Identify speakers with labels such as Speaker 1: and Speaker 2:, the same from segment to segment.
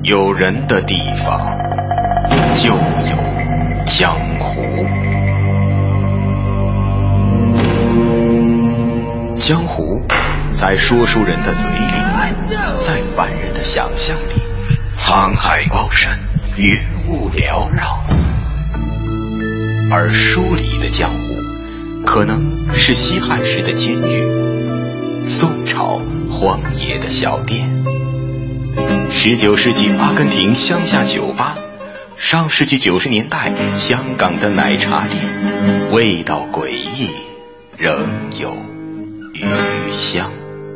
Speaker 1: 有人的地方就有江湖。江湖在说书人的嘴里，在凡人的想象里，沧海高山，云雾缭绕。而书里的江湖可能是西汉时的监狱，宋朝荒野的小店，19世纪阿根廷乡下酒吧，上世纪90年代香港的奶茶店，味道诡异，仍有余香。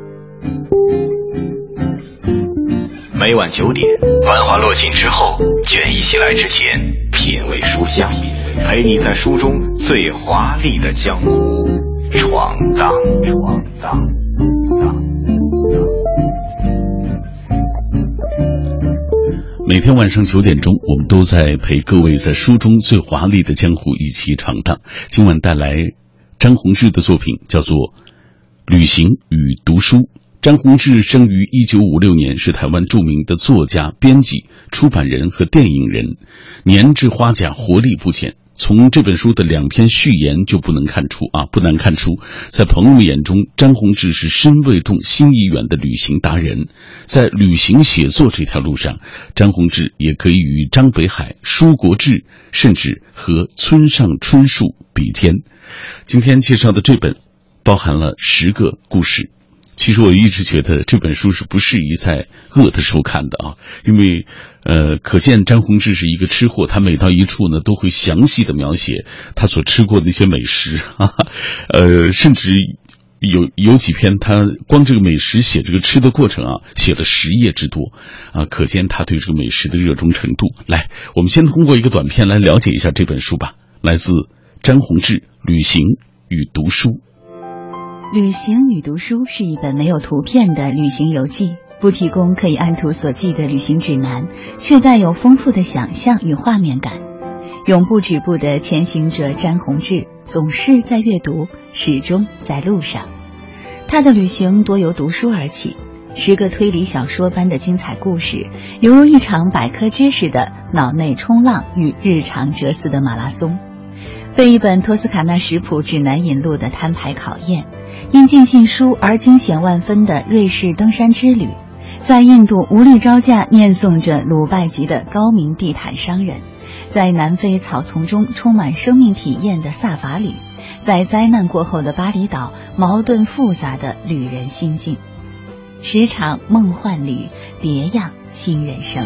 Speaker 1: 每晚9点，繁华落尽之后，倦意袭来之前，品味书香，陪你在书中最华丽的江湖闯荡。
Speaker 2: 每天晚上9点钟，我们都在陪各位在书中最华丽的江湖一起闯荡。今晚带来张宏志的作品，叫做《旅行与读书》。张宏志生于1956年，是台湾著名的作家、编辑、出版人和电影人，年至花甲，活力不减。从这本书的2篇序言就不难看出，在朋友们眼中，张宏志是身未动心已远的旅行达人。在旅行写作这条路上，张宏志也可以与张北海、舒国治，甚至和村上春树比肩。今天介绍的这本包含了10个故事。其实我一直觉得这本书是不适宜在饿的时候看的因为可见张宏志是一个吃货，他每到一处呢都会详细的描写他所吃过的那些美食甚至有几篇他光这个美食写这个吃的过程写了10页之多可见他对这个美食的热衷程度。来，我们先通过一个短片来了解一下这本书吧，来自张宏志《旅行与读书》。
Speaker 3: 旅行与读书是一本没有图片的旅行游记，不提供可以按图索骥的旅行指南，却带有丰富的想象与画面感。永不止步的前行者詹宏志总是在阅读，始终在路上。他的旅行多由读书而起，10个推理小说般的精彩故事，犹如一场百科知识的脑内冲浪与日常哲思的马拉松。被一本托斯卡纳食谱指南引路的摊牌考验，因尽信书而惊险万分的瑞士登山之旅，在印度无力招架念诵着鲁拜集的高明地毯商人，在南非草丛中充满生命体验的萨法旅，在灾难过后的巴厘岛矛盾复杂的旅人心境。10场梦幻旅，别样新人生。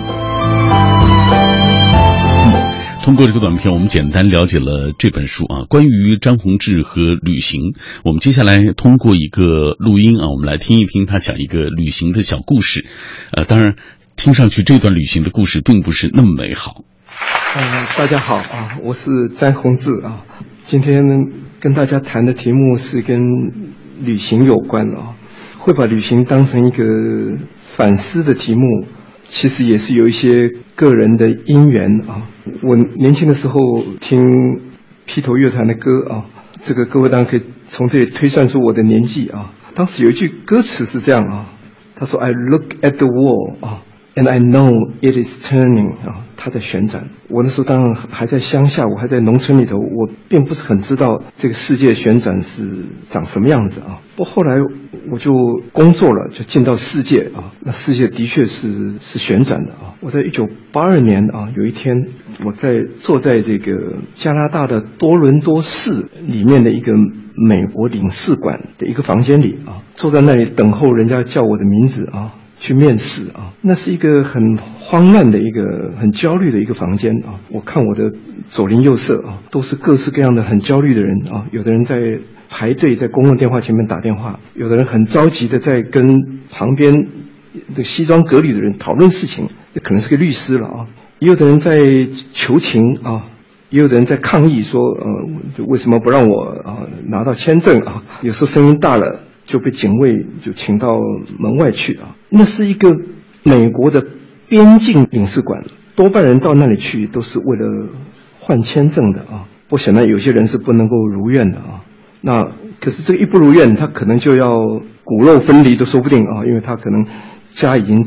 Speaker 2: 通过这个短片，我们简单了解了这本书关于张宏志和旅行。我们接下来通过一个录音我们来听一听他讲一个旅行的小故事。当然，听上去这段旅行的故事并不是那么美好。
Speaker 4: 大家好我是詹宏志今天跟大家谈的题目是跟旅行有关会把旅行当成一个反思的题目，其实也是有一些个人的因缘我年轻的时候听披头乐团的歌这个各位当然可以从这里推算出我的年纪当时有一句歌词是这样他说 I look at the wall and I know it is turning 它在旋转。我那时候当然还在乡下，我还在农村里头，我并不是很知道这个世界旋转是长什么样子不过后来我就工作了，就进到世界那世界的确是旋转的我在1982年有一天我坐在这个加拿大的多伦多市里面的一个美国领事馆的一个房间里坐在那里等候人家叫我的名字去面试那是一个很慌乱的一个很焦虑的一个房间我看我的左邻右舍都是各式各样的很焦虑的人有的人在排队在公共电话前面打电话，有的人很着急的在跟旁边的西装革履的人讨论事情，可能是个律师了也有的人在求情也有的人在抗议说为什么不让我拿到签证有时候声音大了就被警卫就请到门外去那是一个美国的边境领事馆，多半人到那里去都是为了换签证的不显然有些人是不能够如愿的那可是这个一不如愿他可能就要骨肉分离都说不定因为他可能家已经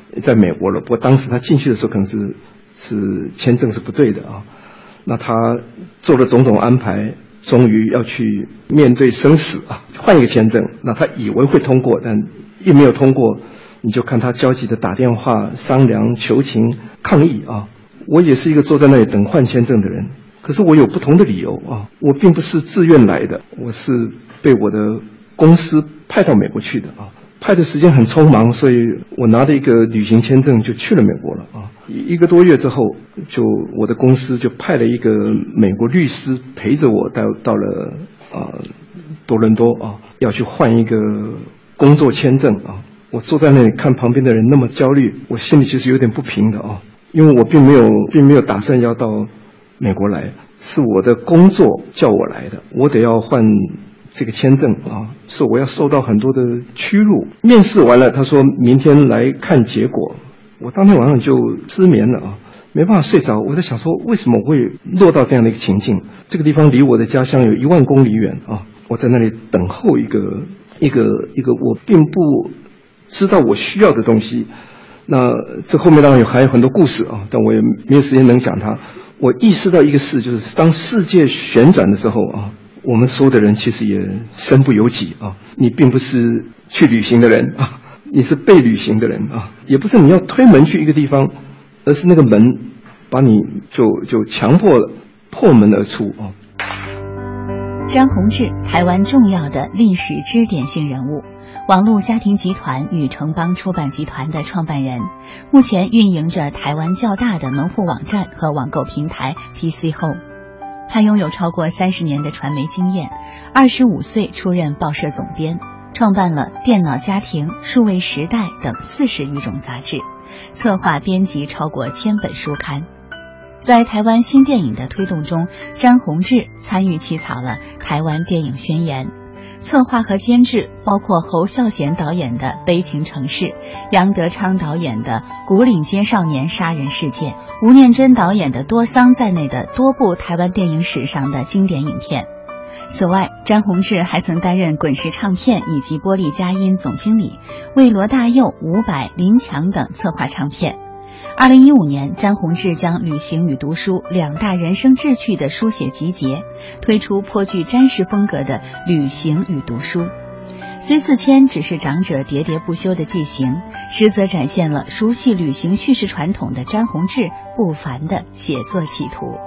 Speaker 4: 在美国了。不过当时他进去的时候可能是签证是不对的啊。那他做了种种安排，终于要去面对生死啊，换一个签证。那他以为会通过，但一没有通过，你就看他焦急的打电话商量、求情、抗议啊。我也是一个坐在那里等换签证的人，可是我有不同的理由啊，我并不是自愿来的，我是被我的公司派到美国去的啊。派的时间很匆忙，所以我拿了一个旅行签证就去了美国了啊。1个多月之后，我的公司就派了一个美国律师陪着我到了多伦多啊，要去换一个工作签证啊。我坐在那里看旁边的人那么焦虑，我心里其实有点不平的啊，因为我并没有打算要到美国来，是我的工作叫我来的，我得要换这个签证啊，是我要受到很多的屈辱。面试完了，他说明天来看结果，我当天晚上就失眠了啊，没办法睡着。我在想说，为什么我会落到这样的一个情境？这个地方离我的家乡有1万公里远啊，我在那里等候一个我并不知道我需要的东西。那这后面当然还有很多故事啊，但我也没有时间能讲它。我意识到一个事，就是当世界旋转的时候啊，我们所有的人其实也身不由己啊，你并不是去旅行的人啊，你是被旅行的人啊，也不是你要推门去一个地方，而是那个门把你就强迫破门而出啊。
Speaker 3: 张宏志，台湾重要的历史支点性人物，网络家庭集团与城邦出版集团的创办人，目前运营着台湾较大的门户网站和网购平台 PC Home。他拥有超过30年的传媒经验，25岁出任报社总编，创办了《电脑家庭》《数位时代》等40余种杂志，策划编辑超过1000本书刊。在台湾新电影的推动中，詹宏志参与起草了《台湾电影宣言》，策划和监制包括侯孝贤导演的《悲情城市》，杨德昌导演的《古岭街少年杀人事件》，吴念真导演的《多桑》在内的多部台湾电影史上的经典影片。此外，詹宏志还曾担任滚石唱片以及玻璃佳音总经理，为罗大佑、伍佰、林强等策划唱片。2015年，詹宏志将旅行与读书2大人生志趣的书写集结，推出颇具詹氏风格的旅行与读书。虽自谦只是长者喋喋不休的记行，实则展现了熟悉旅行叙事传统的詹宏志不凡的写作企图。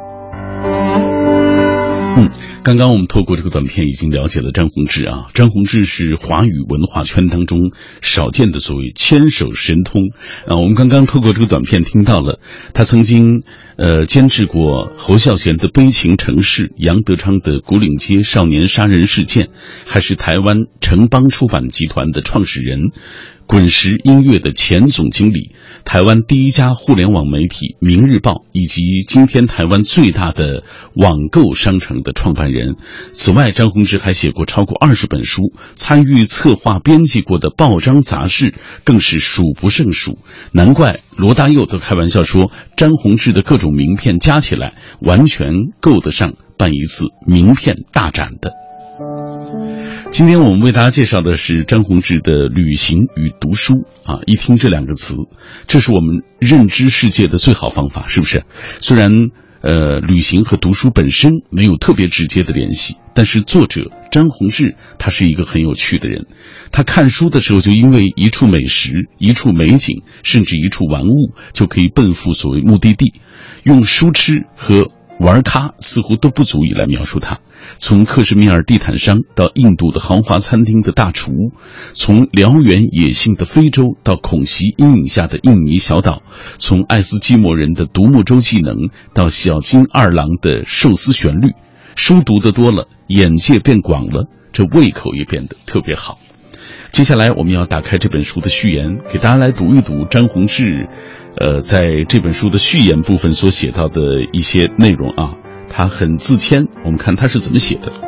Speaker 2: 刚刚我们透过这个短片已经了解了詹宏志啊。詹宏志是华语文化圈当中少见的所谓牵手神通我们刚刚透过这个短片听到了他曾经监制过侯孝贤的《悲情城市》，杨德昌的《古岭街少年杀人事件》，还是台湾城邦出版集团的创始人，滚石音乐的前总经理，台湾第一家互联网媒体明日报，以及今天台湾最大的网购商城的创办人。此外，张宏志还写过超过20本书，参与策划编辑过的报章杂志更是数不胜数。难怪罗大佑都开玩笑说，张宏志的各种名片加起来完全够得上办一次名片大展的。今天我们为大家介绍的是詹宏志的旅行与读书一听这2个词，这是我们认知世界的最好方法，是不是？虽然旅行和读书本身没有特别直接的联系，但是作者詹宏志他是一个很有趣的人。他看书的时候就因为一处美食、一处美景，甚至一处玩物，就可以奔赴所谓目的地，用书痴和玩咖似乎都不足以来描述他。从克什米尔地毯商到印度的豪华餐厅的大厨，从辽原野性的非洲到恐袭阴影下的印尼小岛，从爱斯基摩人的独木舟技能到小金二郎的寿司旋律，书读得多了，眼界变广了，这胃口也变得特别好。接下来我们要打开这本书的序言，给大家来读一读詹宏志在这本书的序言部分所写到的一些内容啊。他很自谦，我们看他是怎么写的。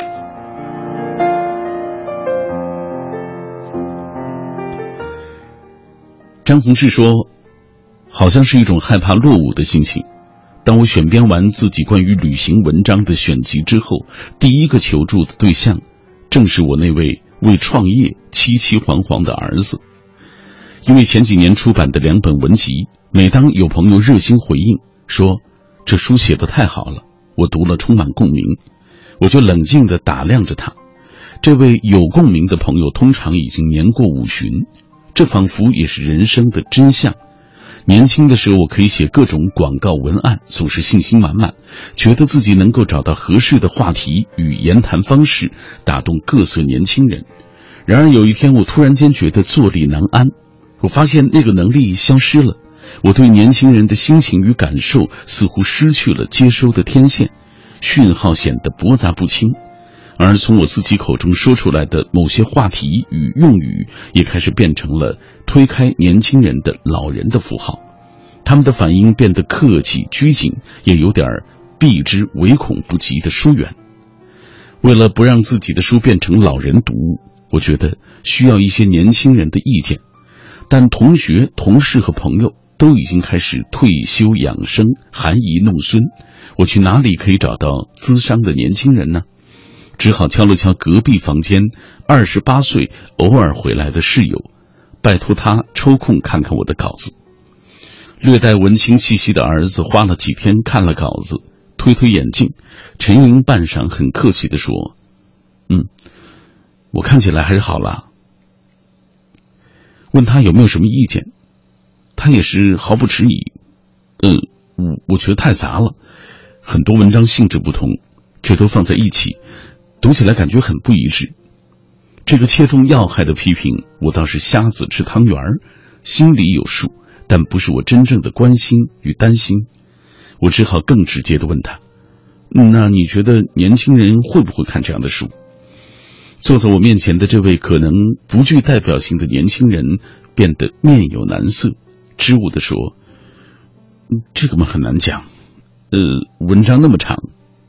Speaker 2: 詹宏志说，好像是一种害怕落伍的心情。当我选编完自己关于旅行文章的选集之后，第一个求助的对象正是我那位为创业凄凄惶惶的儿子。 因为前几年出版的2本文集，每当有朋友热心回应说这书写得太好了，我读了充满共鸣，我就冷静地打量着他。这位有共鸣的朋友通常已经年过50，这仿佛也是人生的真相。年轻的时候，我可以写各种广告文案，总是信心满满，觉得自己能够找到合适的话题与言谈方式，打动各色年轻人。然而有一天，我突然间觉得坐立难安，我发现那个能力消失了，我对年轻人的心情与感受似乎失去了接收的天线，讯号显得驳杂不清。而从我自己口中说出来的某些话题与用语，也开始变成了推开年轻人的老人的符号。他们的反应变得客气拘谨，也有点避之唯恐不及的疏远。为了不让自己的书变成老人读物，我觉得需要一些年轻人的意见。但同学、同事和朋友都已经开始退休养生、含饴弄孙，我去哪里可以找到咨商的年轻人呢？只好敲了敲隔壁房间28岁偶尔回来的室友，拜托他抽空看看我的稿子。略带文青气息的儿子花了几天看了稿子，推推眼镜，沉吟半晌，很客气地说：我看起来还是好啦。问他有没有什么意见，他也是毫不迟疑：我觉得太杂了，很多文章性质不同，这都放在一起，读起来感觉很不一致。这个切中要害的批评，我倒是瞎子吃汤圆，心里有数，但不是我真正的关心与担心。我只好更直接地问他：那你觉得年轻人会不会看这样的书？坐在我面前的这位可能不具代表性的年轻人变得面有难色，支吾地说：这个嘛很难讲，文章那么长。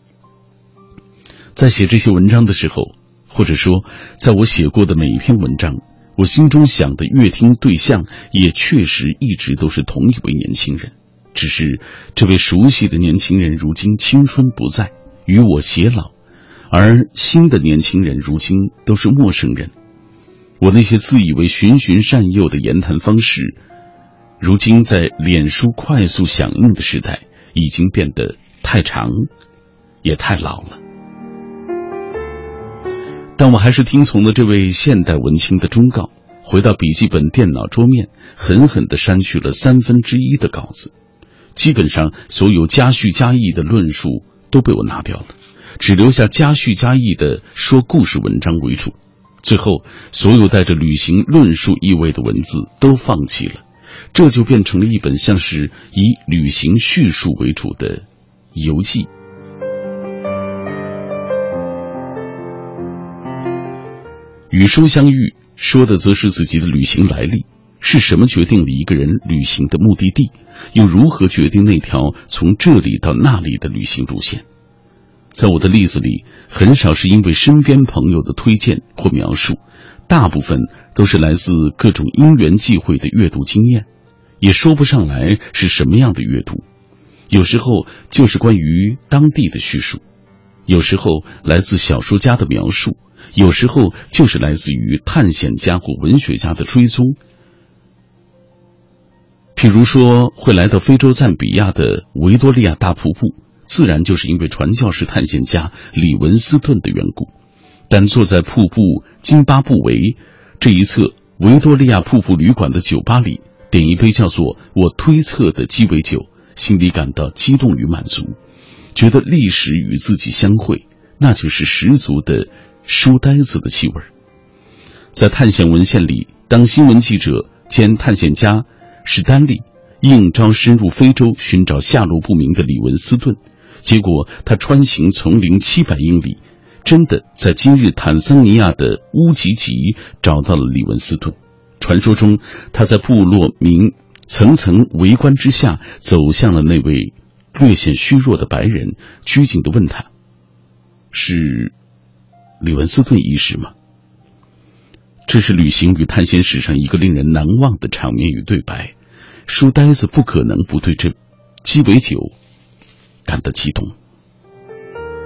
Speaker 2: 在写这些文章的时候，或者说在我写过的每一篇文章，我心中想的阅听对象也确实一直都是同一位年轻人，只是这位熟悉的年轻人如今青春不在，与我偕老，而新的年轻人如今都是陌生人。我那些自以为循循善诱的言谈方式，如今在脸书快速响应的时代，已经变得太长，也太老了。但我还是听从了这位现代文青的忠告，回到笔记本电脑桌面，狠狠地删去了1/3的稿子。基本上所有加叙加意的论述都被我拿掉了，只留下加叙加意的说故事文章为主。最后所有带着旅行论述意味的文字都放弃了，这就变成了一本像是以旅行叙述为主的游记。与书相遇，说的则是自己的旅行来历，是什么决定了一个人旅行的目的地，又如何决定那条从这里到那里的旅行路线。在我的例子里，很少是因为身边朋友的推荐或描述，大部分都是来自各种因缘际会的阅读经验，也说不上来是什么样的阅读。有时候就是关于当地的叙述，有时候来自小说家的描述，有时候就是来自于探险家或文学家的追踪。譬如说会来到非洲赞比亚的维多利亚大瀑布，自然就是因为传教士探险家李文斯顿的缘故。但坐在瀑布津巴布韦这一侧维多利亚瀑布旅馆的酒吧里，点一杯叫做我推测的鸡尾酒，心里感到激动与满足，觉得历史与自己相会，那就是十足的书呆子的气味。在探险文献里，当新闻记者兼探险家史丹利应召深入非洲寻找下落不明的李文斯顿，结果他穿行丛林700英里，真的在今日坦桑尼亚的乌吉吉找到了李文斯顿。传说中他在部落民层层围观之下走向了那位略显虚弱的白人，拘谨地问他：是李文斯顿医师吗？这是旅行与探险史上一个令人难忘的场面与对白，书呆子不可能不对这鸡尾酒感到激动。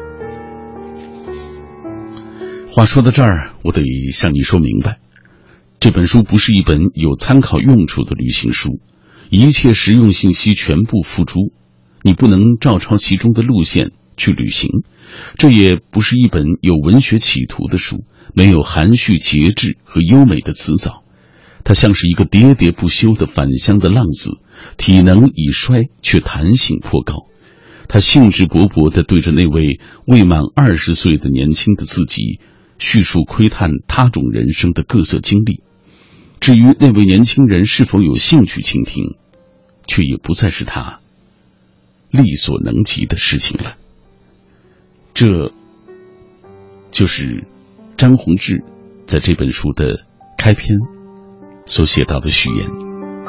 Speaker 2: 话说到这儿，我得向你说明白， 这本书不是一本有参考用处的旅行书，一切实用信息全部付诸，你不能照抄其中的路线去旅行。这也不是一本有文学企图的书，没有含蓄节制和优美的辞藻。它像是一个喋喋不休的返乡的浪子，体能已衰却弹性颇高。他兴致勃勃地对着那位未满20岁的年轻的自己叙述窥探他种人生的各色经历。至于那位年轻人是否有兴趣倾听，却也不再是他力所能及的事情了。这就是张宏志在这本书的开篇所写到的序言。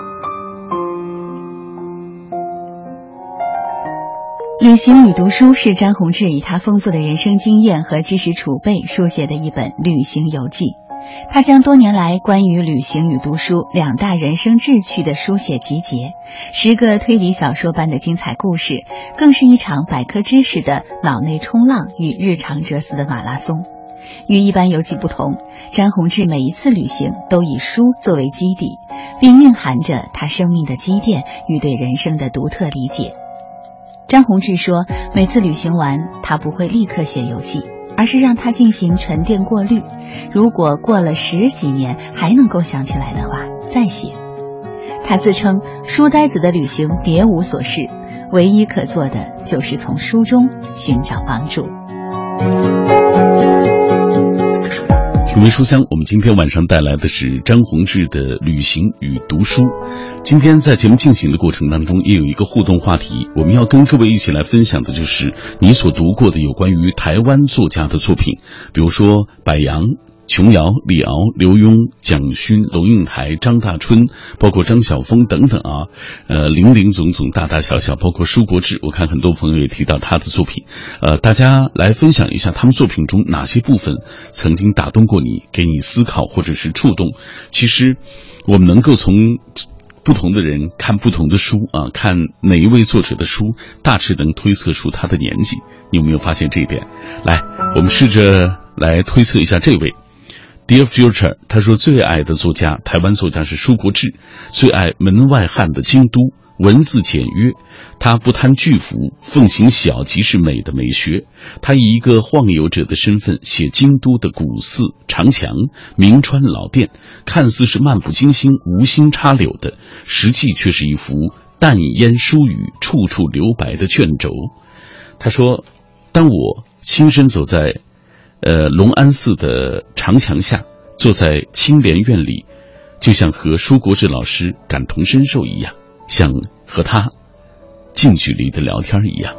Speaker 3: 旅行与读书是张宏志以他丰富的人生经验和知识储备书写的一本旅行游记。他将多年来关于旅行与读书两大人生志趣的书写集结，10个推理小说般的精彩故事，更是一场百科知识的脑内冲浪与日常哲思的马拉松。与一般游记不同，张宏志每一次旅行都以书作为基底，并蕴含着他生命的积淀与对人生的独特理解。张宏志说，每次旅行完，他不会立刻写游记，而是让它进行沉淀过滤。如果过了10几年还能够想起来的话，再写。他自称书呆子的旅行别无所事，唯一可做的就是从书中寻找帮助。
Speaker 2: 品味书香，我们今天晚上带来的是张宏志的旅行与读书。今天在节目进行的过程当中，也有一个互动话题，我们要跟各位一起来分享的就是你所读过的有关于台湾作家的作品，比如说柏杨、琼瑶、李敖、刘墉、蒋勋、龙应台、张大春，包括张晓峰等等啊，林林总总，大大小小，包括舒国治，我看很多朋友也提到他的作品，大家来分享一下他们作品中哪些部分曾经打动过你，给你思考或者是触动。其实我们能够从不同的人看不同的书啊，看哪一位作者的书，大致能推测出他的年纪。你有没有发现这一点？来，我们试着来推测一下这位。Dear Future， 他说最爱的作家，台湾作家是舒国治，最爱门外汉的京都，文字简约，他不贪巨幅，奉行小即是美的美学。他以一个晃游者的身份写京都的古寺、长墙、名川老店，看似是漫不经心、无心插柳的，实际却是一幅淡烟疏雨、处处留白的卷轴。他说，当我亲身走在隆安寺的长墙下，坐在青莲院里，就像和舒国治老师感同身受一样，像和他近距离的聊天一样。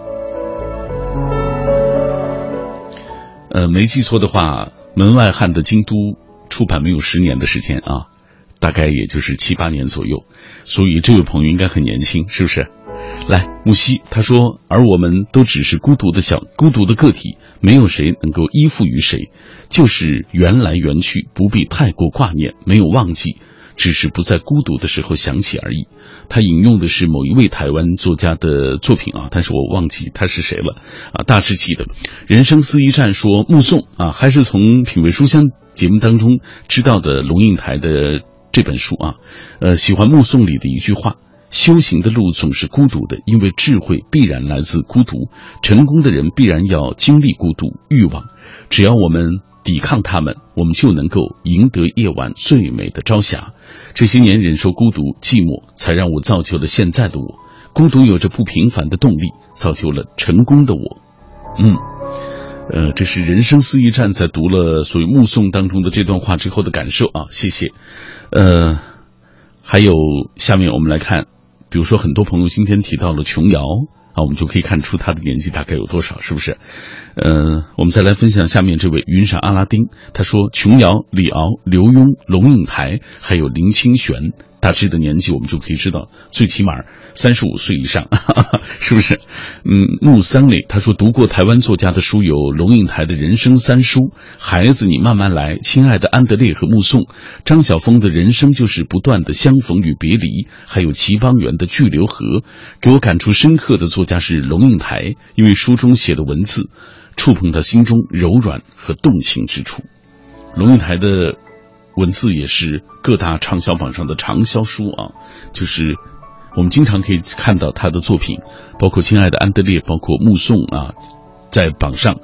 Speaker 2: 没记错的话，门外汉的京都出版没有10年的时间啊，大概也就是7、8年左右，所以这位朋友应该很年轻，是不是？来，木西他说，而我们都只是孤独的个体，没有谁能够依附于谁，就是缘来缘去，不必太过挂念，没有忘记，只是不在孤独的时候想起而已。他引用的是某一位台湾作家的作品啊，但是我忘记他是谁了啊，大致记得。人生思一站说目送啊，还是从品味书香节目当中知道的龙应台的这本书啊，喜欢目送里的一句话，修行的路总是孤独的，因为智慧必然来自孤独，成功的人必然要经历孤独、欲望，只要我们抵抗他们，我们就能够赢得夜晚最美的朝霞。这些年忍受孤独、寂寞，才让我造就了现在的我。孤独有着不平凡的动力，造就了成功的我。这是人生思一站在读了所谓目送当中的这段话之后的感受啊，谢谢。还有下面我们来看，比如说很多朋友今天提到了琼瑶啊，我们就可以看出他的年纪大概有多少，是不是？我们再来分享下面这位云闪阿拉丁，他说琼瑶、李敖、刘墉、龙应台还有林清玄，大致的年纪我们就可以知道，最起码35岁以上，是不是？穆桑雷他说读过台湾作家的书有龙应台的人生3书，孩子你慢慢来，亲爱的安德烈和目送，张晓峰的人生就是不断的相逢与别离，还有齐邦媛的巨流河。给我感触深刻的作家是龙应台，因为书中写的文字触碰到心中柔软和动情之处。龙应台的文字也是各大畅销榜上的畅销书啊，就是我们经常可以看到他的作品，包括《亲爱的安德烈》，包括《目送》啊，在榜上。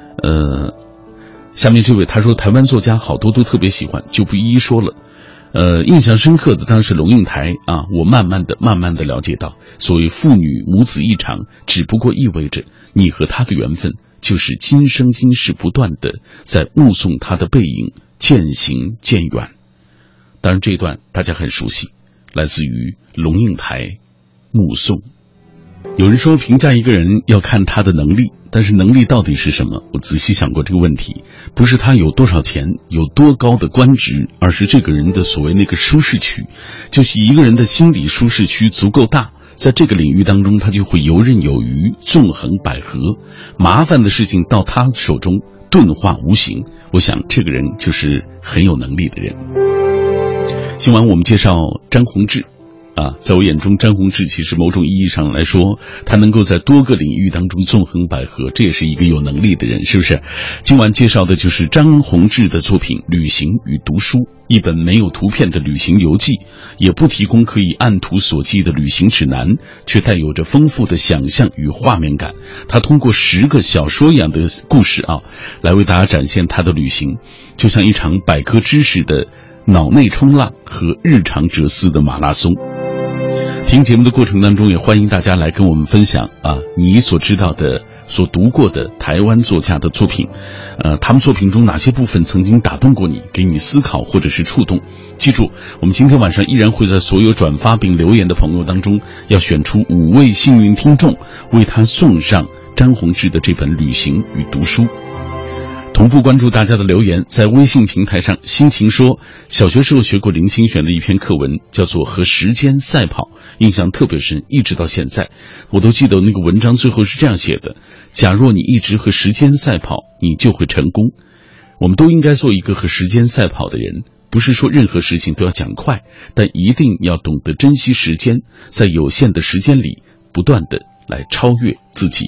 Speaker 2: 下面这位他说台湾作家好多都特别喜欢，就不一一说了。印象深刻的当时龙应台啊，我慢慢的了解到，所谓父女母子一场，只不过意味着你和他的缘分就是今生今世不断的在目送他的背影渐行渐远。当然这一段大家很熟悉，来自于龙应台《目送》。有人说评价一个人要看他的能力，但是能力到底是什么？我仔细想过这个问题，不是他有多少钱，有多高的官职，而是这个人的所谓那个舒适区，就是一个人的心理舒适区足够大，在这个领域当中他就会游刃有余，纵横捭阖，麻烦的事情到他手中钝化无形。我想这个人就是很有能力的人。今晚我们介绍张宏志啊，在我眼中张宏志其实某种意义上来说，他能够在多个领域当中纵横捭阖，这也是一个有能力的人，是不是？今晚介绍的就是张宏志的作品《旅行与读书》，一本没有图片的旅行游记，也不提供可以按图索骥的旅行指南，却带有着丰富的想象与画面感。他通过10个小说一样的故事啊，来为大家展现他的旅行，就像一场百科知识的脑内冲浪和日常哲思的马拉松。听节目的过程当中，也欢迎大家来跟我们分享啊，你所知道的、所读过的台湾作家的作品，他们作品中哪些部分曾经打动过你，给你思考或者是触动。记住，我们今天晚上依然会在所有转发并留言的朋友当中，要选出5位幸运听众，为他送上张宏志的这本《旅行与读书》。同步关注大家的留言，在微信平台上，心情说小学时候学过林清玄的一篇课文，叫做《和时间赛跑》，印象特别深，一直到现在我都记得那个文章最后是这样写的：假若你一直和时间赛跑，你就会成功。我们都应该做一个和时间赛跑的人，不是说任何事情都要讲快，但一定要懂得珍惜时间，在有限的时间里不断的来超越自己。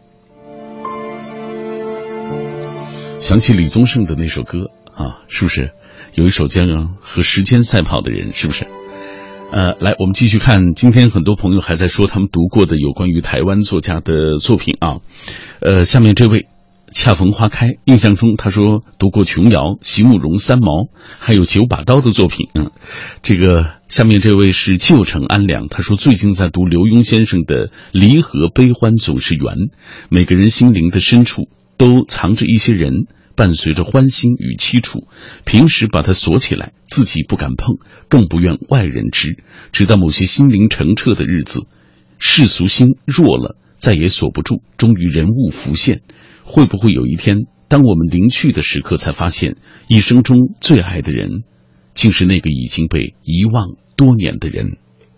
Speaker 2: 想起李宗盛的那首歌啊，是不是有一首叫和时间赛跑的人，是不是？来，我们继续看，今天很多朋友还在说他们读过的有关于台湾作家的作品啊。下面这位恰逢花开，印象中他说读过琼瑶、席慕容、三毛，还有9把刀的作品。这个下面这位是旧城安良，他说最近在读刘墉先生的《离合悲欢总是缘》，每个人心灵的深处都藏着一些人，伴随着欢欣与凄楚，平时把它锁起来，自己不敢碰，更不愿外人知，直到某些心灵澄澈的日子，世俗心弱了，再也锁不住，终于人物浮现。会不会有一天，当我们临去的时刻，才发现一生中最爱的人，竟是那个已经被遗忘多年的人？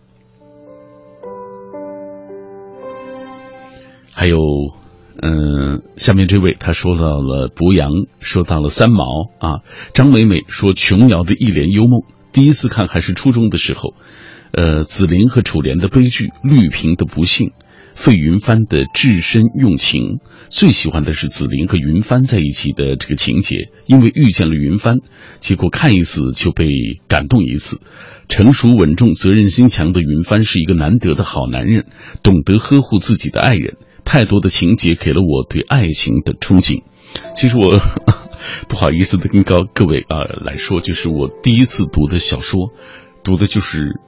Speaker 2: 还有下面这位他说到了博洋，说到了三毛啊。张美美说琼瑶的一帘幽梦，第一次看还是初中的时候。紫菱和楚莲的悲剧，绿萍的不幸，费云帆的至深用情。最喜欢的是紫菱和云帆在一起的这个情节，因为遇见了云帆，结果看一次就被感动一次。成熟稳重责任心强的云帆是一个难得的好男人，懂得呵护自己的爱人，太多的情节给了我对爱情的憧憬。其实我不好意思的跟各位来说，就是我第一次读的小说，读的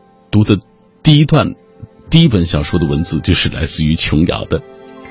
Speaker 2: 第一本小说的文字就是来自于琼瑶的。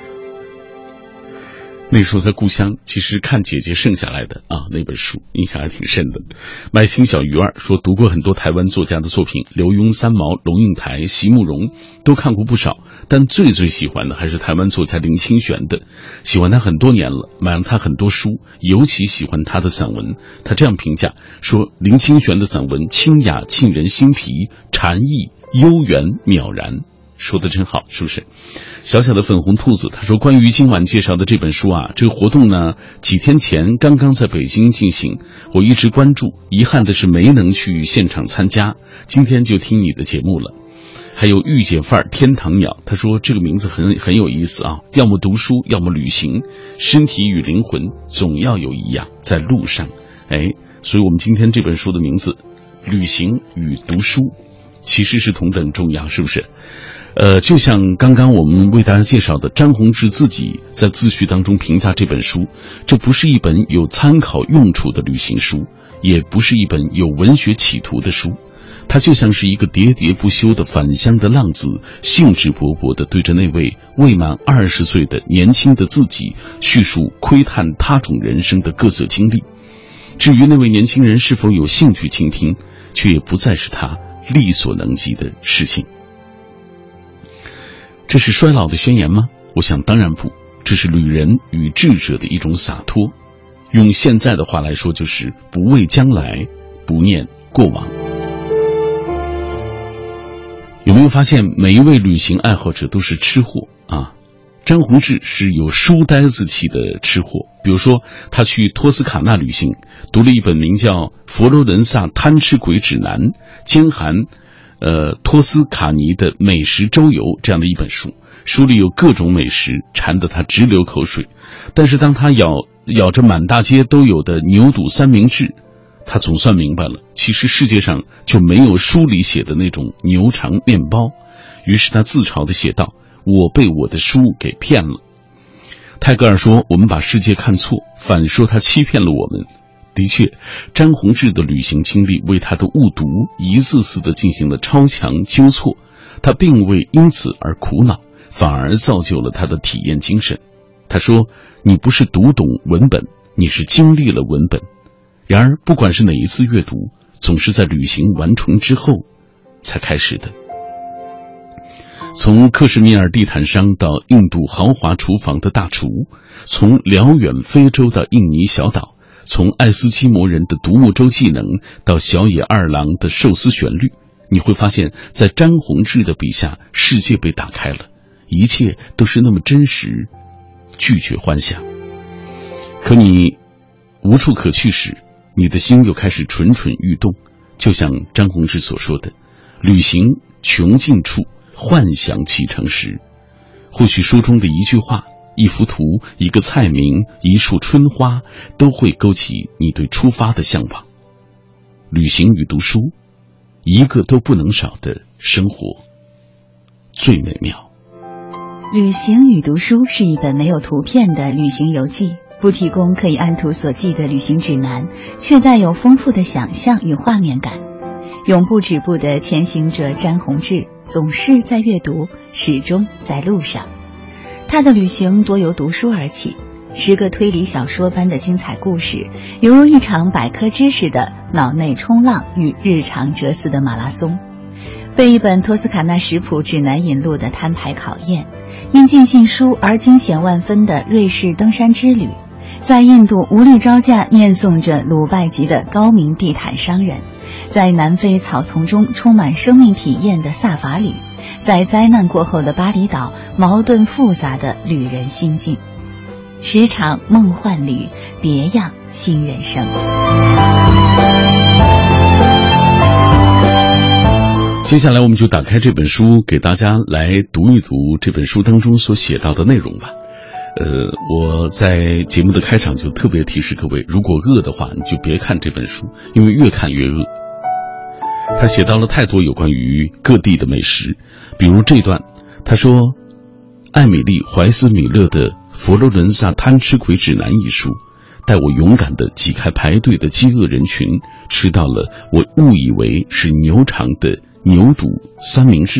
Speaker 2: 那时候在故乡，其实看姐姐剩下来的那本书印象还挺深的。麦青小鱼儿说读过很多台湾作家的作品，刘墉、三毛、龙应台、席慕容都看过不少，但最喜欢的还是台湾作家林清玄的，喜欢他很多年了，买了他很多书，尤其喜欢他的散文。他这样评价说，林清玄的散文清雅沁人心脾，禅意悠远渺然。说得真好，是不是？小小的粉红兔子他说，关于今晚介绍的这本书这个活动呢，几天前刚刚在北京进行，我一直关注，遗憾的是没能去现场参加，今天就听你的节目了。还有御姐范儿天堂鸟，他说这个名字很有意思要么读书，要么旅行，身体与灵魂总要有一样在路上。 所以我们今天这本书的名字《旅行与读书》其实是同等重要，是不是？就像刚刚我们为大家介绍的，张宏志自己在自序当中评价这本书，这不是一本有参考用处的旅行书，也不是一本有文学企图的书，它就像是一个喋喋不休的返乡的浪子，兴致勃勃地对着那位未满20岁的年轻的自己叙述窥探他种人生的各色经历。至于那位年轻人是否有兴趣倾听，却也不再是他力所能及的事情。这是衰老的宣言吗？我想当然不，这是旅人与智者的一种洒脱。用现在的话来说，就是不畏将来，不念过往。有没有发现每一位旅行爱好者都是吃货啊？张宏志是有书呆子气的吃货，比如说他去托斯卡纳旅行，读了一本名叫《佛罗伦萨贪吃鬼指南》，兼含托斯卡尼的美食周游这样的一本书，书里有各种美食，馋得他直流口水。但是当他咬着满大街都有的牛肚三明治，他总算明白了，其实世界上就没有书里写的那种牛肠面包。于是他自嘲地写道：我被我的书给骗了。泰戈尔说，我们把世界看错，反说他欺骗了我们。的确，张宏志的旅行经历为他的误读一次次地进行了超强纠错，他并未因此而苦恼，反而造就了他的体验精神。他说，你不是读懂文本，你是经历了文本。然而不管是哪一次阅读，总是在旅行完成之后才开始的。从克什米尔地毯商到印度豪华厨房的大厨，从辽远非洲到印尼小岛，从爱斯基摩人的独木舟技能到小野二郎的寿司旋律，你会发现在张宏志的笔下，世界被打开了，一切都是那么真实，拒绝幻想。可你无处可去时，你的心又开始蠢蠢欲动，就像张宏志所说的，旅行穷尽处，幻想启程时。或许书中的一句话，一幅图，一个菜名，一束春花，都会勾起你对出发的向往。旅行与读书，一个都不能少的生活最美妙。
Speaker 3: 旅行与读书是一本没有图片的旅行游记，不提供可以按图索骥的旅行指南，却带有丰富的想象与画面感。永不止步的前行者詹宏志总是在阅读，始终在路上。他的旅行多由读书而起，10个推理小说般的精彩故事，犹如一场百科知识的脑内冲浪与日常哲思的马拉松。被一本托斯卡纳食谱指南引路的摊牌考验，因尽信书而惊险万分的瑞士登山之旅，在印度无力招架念诵着鲁拜集的高明地毯商人，在南非草丛中充满生命体验的萨法旅，在灾难过后的巴厘岛矛盾复杂的旅人心境。10场梦幻旅，别样新人生。
Speaker 2: 接下来我们就打开这本书，给大家来读一读这本书当中所写到的内容吧。我在节目的开场就特别提示各位，如果饿的话，你就别看这本书，因为越看越饿。他写到了太多有关于各地的美食，比如这段，他说，艾米丽·怀斯米勒的《佛罗伦萨贪吃鬼指南》一书，带我勇敢地挤开排队的饥饿人群，吃到了我误以为是牛肠的牛肚三明治。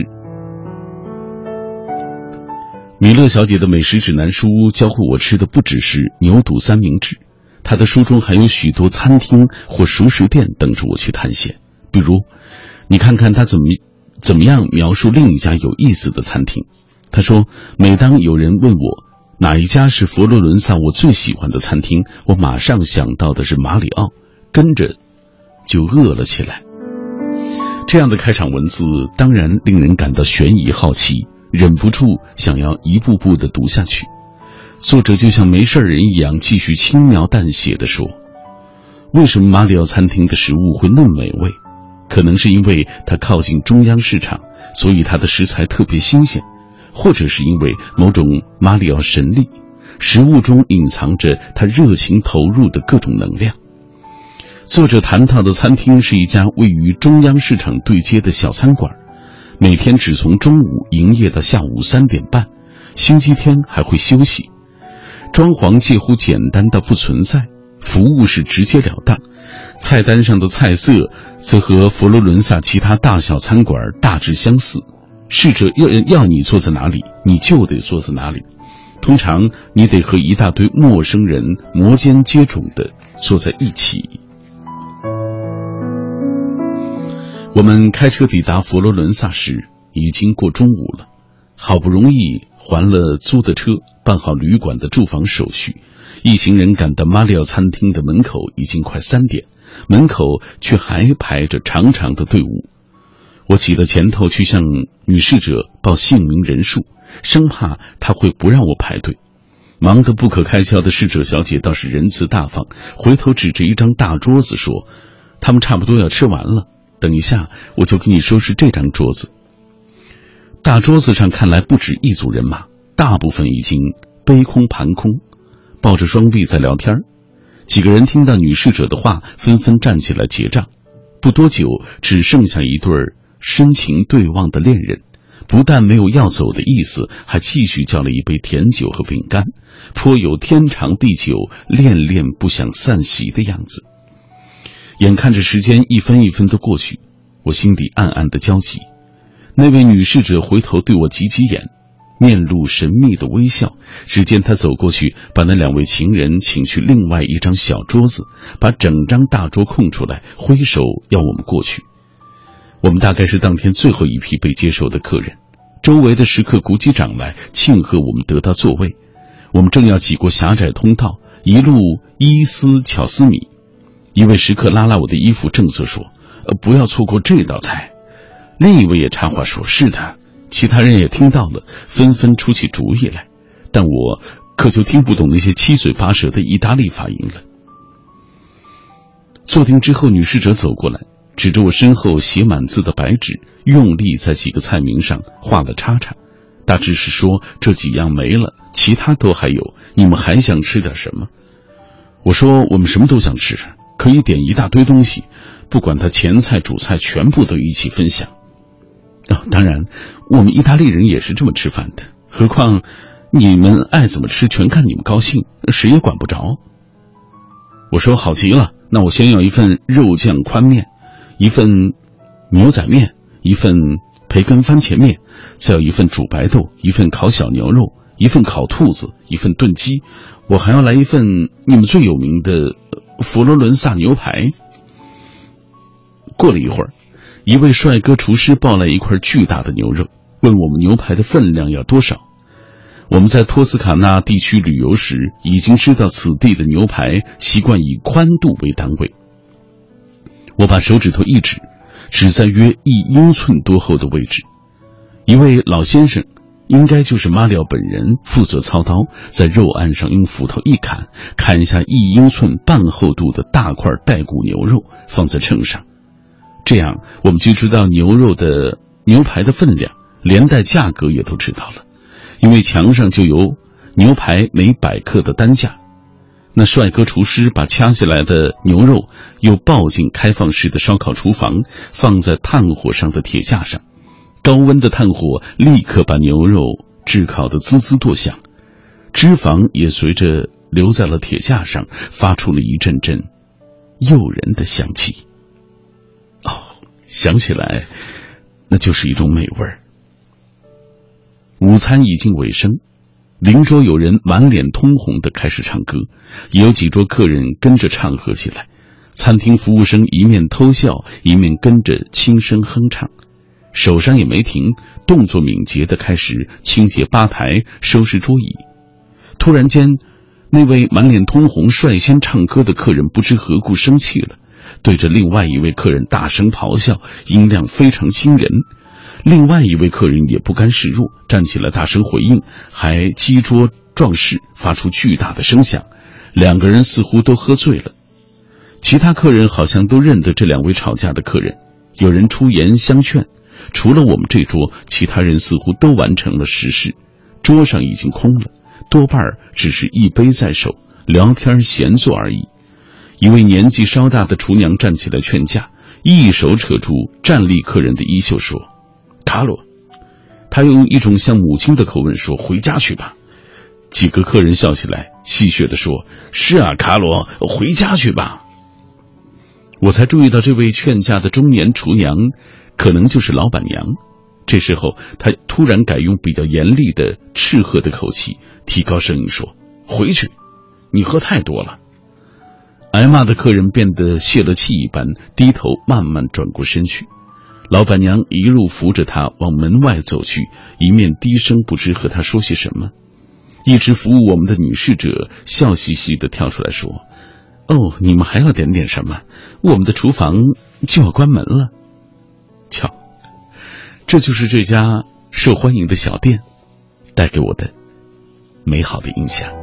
Speaker 2: 米勒小姐的美食指南书教会我吃的不只是牛肚三明治，她的书中还有许多餐厅或熟食店等着我去探险。比如，你看看她怎么样描述另一家有意思的餐厅。她说，每当有人问我哪一家是佛罗伦萨我最喜欢的餐厅，我马上想到的是马里奥，跟着就饿了起来。这样的开场文字当然令人感到悬疑好奇，忍不住想要一步步地读下去。作者就像没事人一样继续轻描淡写地说，为什么马里奥餐厅的食物会那么美味？可能是因为它靠近中央市场，所以它的食材特别新鲜，或者是因为某种马里奥神力，食物中隐藏着他热情投入的各种能量。 作者谈到的餐厅是一家位于中央市场对街的小餐馆，每天只从中午营业到下午3点半，星期天还会休息。装潢介乎简单到不存在，服务是直截了当，菜单上的菜色则和佛罗伦萨其他大小餐馆大致相似，侍者要你坐在哪里，你就得坐在哪里。通常你得和一大堆陌生人摩肩接踵地坐在一起。我们开车抵达佛罗伦萨时，已经过中午了。好不容易还了租的车，办好旅馆的住房手续，一行人赶到马里奥餐厅的门口，已经快3点，门口却还排着长长的队伍。我挤了前头去向女侍者报姓名人数，生怕她会不让我排队。忙得不可开交的侍者小姐倒是仁慈大方，回头指着一张大桌子说：“他们差不多要吃完了，等一下我就给你收拾这张桌子。”大桌子上看来不止一组人马，大部分已经杯空盘空，抱着双臂在聊天。几个人听到女侍者的话，纷纷站起来结账。不多久，只剩下一对深情对望的恋人，不但没有要走的意思，还继续叫了一杯甜酒和饼干，颇有天长地久、恋恋不想散席的样子。眼看着时间一分一分的过去，我心里暗暗的焦急。那位女侍者回头对我挤挤眼，面露神秘的微笑。只见她走过去，把那2位情人请去另外一张小桌子，把整张大桌空出来，挥手要我们过去。我们大概是当天最后一批被接受的客人，周围的食客鼓起掌来庆贺我们得到座位。我们正要挤过狭窄通道，一路伊斯巧思米，一位食客拉拉我的衣服，正色说：“不要错过这道菜。”另一位也插话说：“是的。”其他人也听到了，纷纷出起主意来，但我可就听不懂那些七嘴八舌的意大利发音了。坐定之后，女侍者走过来，指着我身后写满字的白纸，用力在几个菜名上画了叉叉，大致是说这几样没了，其他都还有，你们还想吃点什么？我说我们什么都想吃，可以点一大堆东西，不管它前菜主菜全部都一起分享。当然我们意大利人也是这么吃饭的，何况你们爱怎么吃全看你们高兴，谁也管不着。我说好极了，那我先要一份肉酱宽面，一份牛仔面，一份培根番茄面，再有一份煮白豆，一份烤小牛肉，一份烤兔子，一份炖鸡，我还要来一份你们最有名的佛罗伦萨牛排。过了一会儿，一位帅哥厨师抱来一块巨大的牛肉，问我们牛排的分量要多少。我们在托斯卡纳地区旅游时，已经知道此地的牛排习惯以宽度为单位。我把手指头一指，指在约1英寸多厚的位置。一位老先生，应该就是马里奥本人，负责操刀，在肉案上用斧头一砍，砍下1英寸半厚度的大块带骨牛肉，放在秤上。这样我们就知道牛排的分量，连带价格也都知道了，因为墙上就有牛排每100克的单价。那帅哥厨师把掐下来的牛肉又抱进开放式的烧烤厨房，放在炭火上的铁架上，高温的炭火立刻把牛肉炙烤得滋滋作响，脂肪也随着留在了铁架上，发出了一阵阵诱人的香气。想起来那就是一种美味。午餐已经尾声，邻桌有人满脸通红地开始唱歌，也有几桌客人跟着唱和起来。餐厅服务生一面偷笑，一面跟着轻声哼唱，手上也没停，动作敏捷地开始清洁吧台，收拾桌椅。突然间，那位满脸通红率先唱歌的客人不知何故生气了，对着另外一位客人大声咆哮，音量非常惊人。另外一位客人也不甘示弱，站起来大声回应，还击桌撞势，发出巨大的声响。2个人似乎都喝醉了。其他客人好像都认得这2位吵架的客人，有人出言相劝。除了我们这桌，其他人似乎都完成了实事，桌上已经空了，多半只是一杯在手，聊天闲坐而已。 一位年纪稍大的厨娘站起来劝架，一手扯住站立客人的衣袖说：“卡罗。”她用一种像母亲的口吻说：“回家去吧。”几个客人笑起来，戏谑地说：“是啊，卡罗，回家去吧。”我才注意到这位劝架的中年厨娘可能就是老板娘。这时候她突然改用比较严厉的斥喝的口气，提高声音说：“回去，你喝太多了。”挨骂的客人变得泄了气一般，低头慢慢转过身去。老板娘一路扶着他往门外走去，一面低声不知和他说些什么。一直服务我们的女侍者笑嘻嘻地跳出来说：“哦，你们还要点什么？我们的厨房就要关门了。”瞧，这就是这家受欢迎的小店带给我的美好的印象。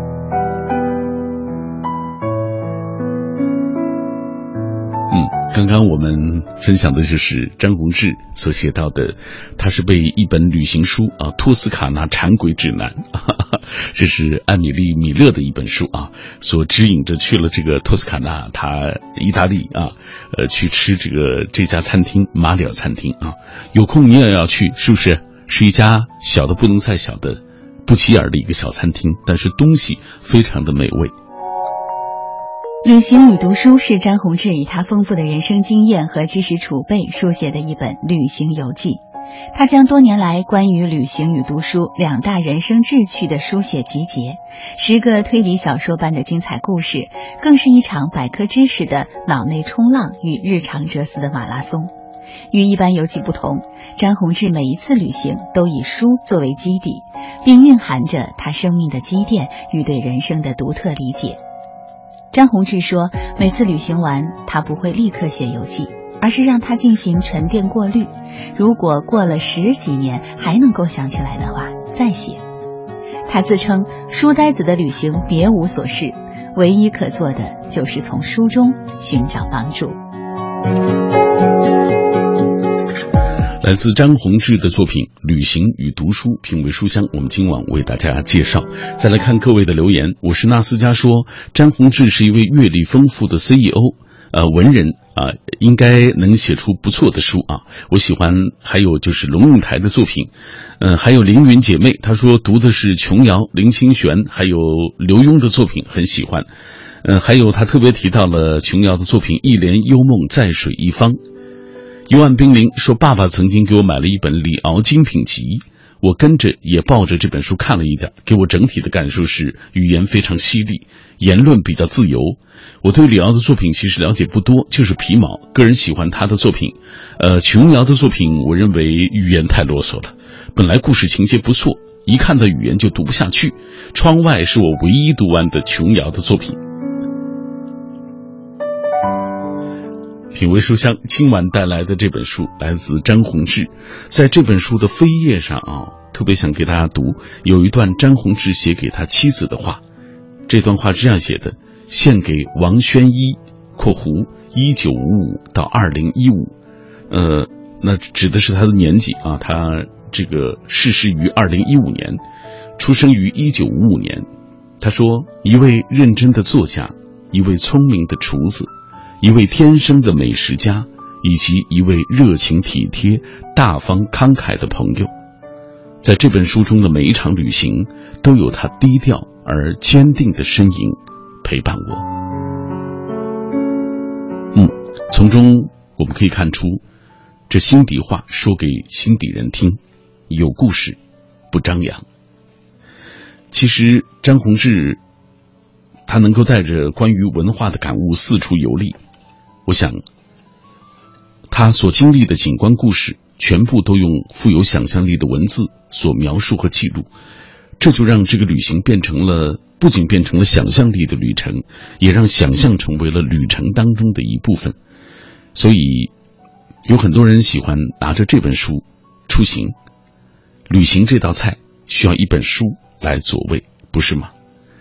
Speaker 2: 刚刚我们分享的就是张宏志所写到的，他是被一本旅行书《托斯卡纳禅轨指南》这是艾米丽·米勒的一本书所指引着去了这个托斯卡纳，他意大利去吃这家餐厅马里奥餐厅有空你也要去，是不是？是一家小的不能再小的不起眼的一个小餐厅，但是东西非常的美味。
Speaker 3: 旅行与读书是张宏志以他丰富的人生经验和知识储备书写的一本旅行游记。他将多年来关于旅行与读书两大人生志趣的书写集结，10个推理小说般的精彩故事，更是一场百科知识的脑内冲浪与日常哲思的马拉松。与一般游记不同，张宏志每一次旅行都以书作为基底，并蕴含着他生命的积淀与对人生的独特理解。张宏志说，每次旅行完，他不会立刻写游记，而是让它进行沉淀过滤。如果过了10几年还能够想起来的话，再写。他自称书呆子的旅行别无所事，唯一可做的就是从书中寻找帮助。
Speaker 2: 来自张宏志的作品《旅行与读书》，品味书香，我们今晚为大家介绍。再来看各位的留言，我是纳斯加说，张宏志是一位阅历丰富的 CEO，文人应该能写出不错的书我喜欢，还有就是龙应台的作品，还有凌云姐妹，她说读的是琼瑶、林清玄还有刘墉的作品，很喜欢。还有她特别提到了琼瑶的作品《一帘幽梦在水一方》。幽暗冰凌说，爸爸曾经给我买了一本李敖精品集，我跟着也抱着这本书看了一点，给我整体的感受是语言非常犀利，言论比较自由。我对李敖的作品其实了解不多，就是皮毛，个人喜欢他的作品。琼瑶的作品我认为语言太啰嗦了，本来故事情节不错，一看到语言就读不下去。窗外是我唯一读完的琼瑶的作品。品味书香今晚带来的这本书来自张宏志，在这本书的扉页上特别想给大家读，有一段张宏志写给他妻子的话。这段话是这样写的：献给王宣一（括弧1955到2015）。那指的是他的年纪他这个逝世于2015年，出生于1955年。他说，一位认真的作家，一位聪明的厨子，一位天生的美食家，以及一位热情体贴、大方慷慨的朋友。在这本书中的每一场旅行，都有他低调而坚定的身影陪伴我。从中我们可以看出，这心底话说给心底人听，有故事，不张扬。其实张宏志他能够带着关于文化的感悟四处游历，我想他所经历的景观故事全部都用富有想象力的文字所描述和记录，这就让这个旅行不仅变成了想象力的旅程，也让想象成为了旅程当中的一部分。所以有很多人喜欢拿着这本书出行，旅行这道菜需要一本书来佐味，不是吗？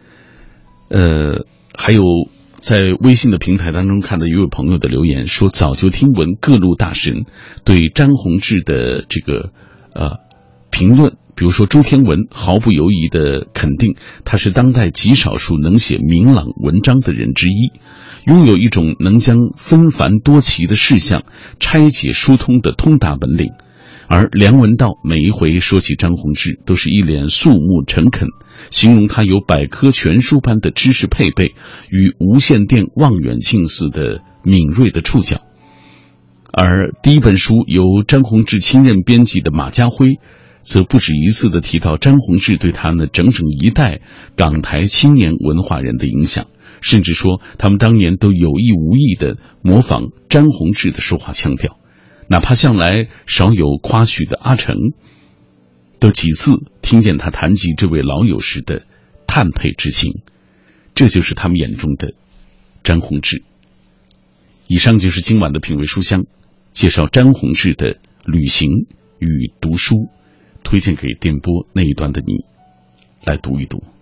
Speaker 2: 还有在微信的平台当中看到一位朋友的留言说，早就听闻各路大神对张宏志的这个评论，比如说朱天文毫不犹豫的肯定他是当代极少数能写明朗文章的人之一， 拥有一种能将纷繁多奇的事项拆解疏通的通达本领。而梁文道每一回说起张宏志，都是一脸肃穆诚恳，形容他有百科全书般的知识配备与无线电望远镜似的敏锐的触角。而第一本书由张宏志亲任编辑的马家辉，则不止一次地提到张宏志对他那整整一代港台青年文化人的影响，甚至说他们当年都有意无意地模仿张宏志的说话腔调。哪怕向来少有夸许的阿成，都几次听见他谈及这位老友时的叹佩之情。这就是他们眼中的张宏志。以上就是今晚的品味书香，介绍张宏志的旅行与读书，推荐给电波那一端的你来读一读。